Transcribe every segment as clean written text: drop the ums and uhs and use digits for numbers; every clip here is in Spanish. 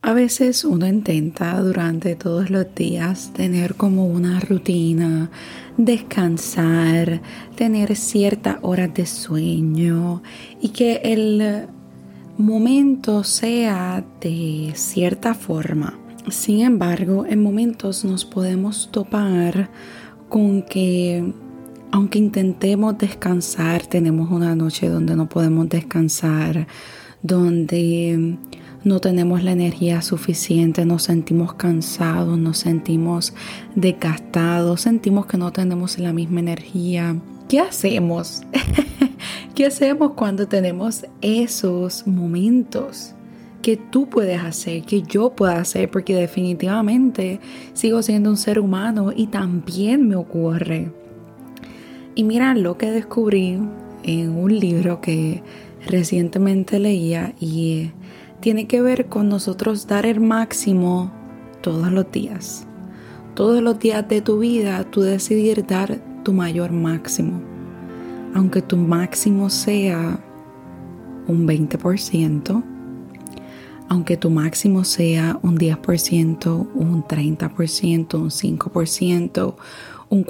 A veces uno intenta durante todos los días tener como una rutina, descansar, tener ciertas horas de sueño y que el momento sea de cierta forma. Sin embargo, en momentos nos podemos topar con que aunque intentemos descansar, tenemos una noche donde no podemos descansar, donde no tenemos la energía suficiente, nos sentimos cansados, nos sentimos desgastados, sentimos que no tenemos la misma energía. ¿Qué hacemos? ¿Qué hacemos cuando tenemos esos momentos? Que tú puedes hacer, que yo pueda hacer, porque definitivamente sigo siendo un ser humano y también me ocurre. Y mira lo que descubrí en un libro que recientemente leía y tiene que ver con nosotros dar el máximo todos los días. Todos los días de tu vida tú decidir dar tu mayor máximo. Aunque tu máximo sea un 20%, aunque tu máximo sea un 10%, un 30%, un 5%, un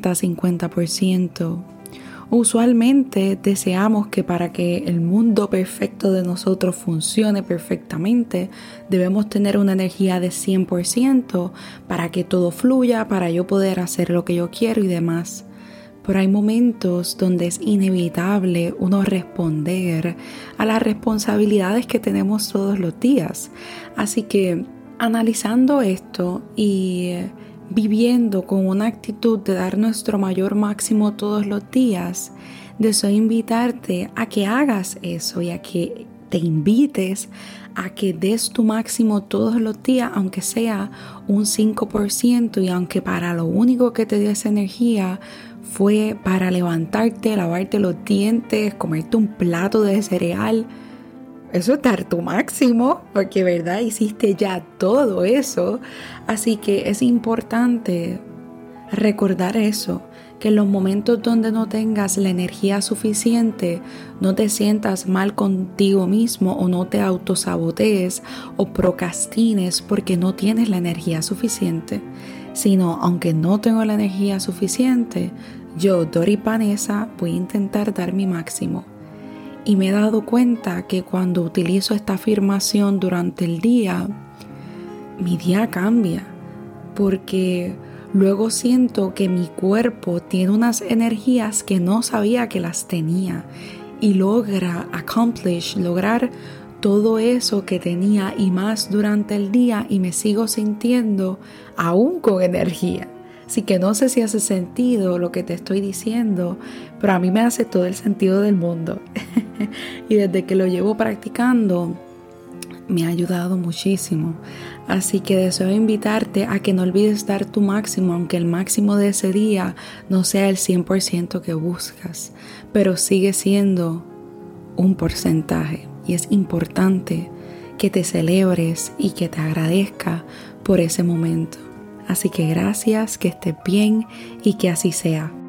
40-50%. Usualmente deseamos que para que el mundo perfecto de nosotros funcione perfectamente, debemos tener una energía de 100% para que todo fluya, para yo poder hacer lo que yo quiero y demás. Pero hay momentos donde es inevitable uno responder a las responsabilidades que tenemos todos los días. Así que analizando esto y viviendo con una actitud de dar nuestro mayor máximo todos los días, deseo invitarte a que hagas eso y a que te invites a que des tu máximo todos los días, aunque sea un 5% y aunque para lo único que te dio esa energía fue para levantarte, lavarte los dientes, comerte un plato de cereal. Eso es dar tu máximo, porque verdad hiciste ya todo eso. Así que es importante recordar eso, que en los momentos donde no tengas la energía suficiente, no te sientas mal contigo mismo o no te autosabotees o procrastines porque no tienes la energía suficiente, sino aunque no tengo la energía suficiente, yo, Dori Vanessa, voy a intentar dar mi máximo. Y me he dado cuenta que cuando utilizo esta afirmación durante el día, mi día cambia, porque luego siento que mi cuerpo tiene unas energías que no sabía que las tenía y lograr todo eso que tenía y más durante el día y me sigo sintiendo aún con energía. Así que no sé si hace sentido lo que te estoy diciendo, pero a mí me hace todo el sentido del mundo. Y desde que lo llevo practicando, me ha ayudado muchísimo. Así que deseo invitarte a que no olvides dar tu máximo, aunque el máximo de ese día no sea el 100% que buscas, pero sigue siendo un porcentaje. Y es importante que te celebres y que te agradezca por ese momento. Así que gracias, que estés bien y que así sea.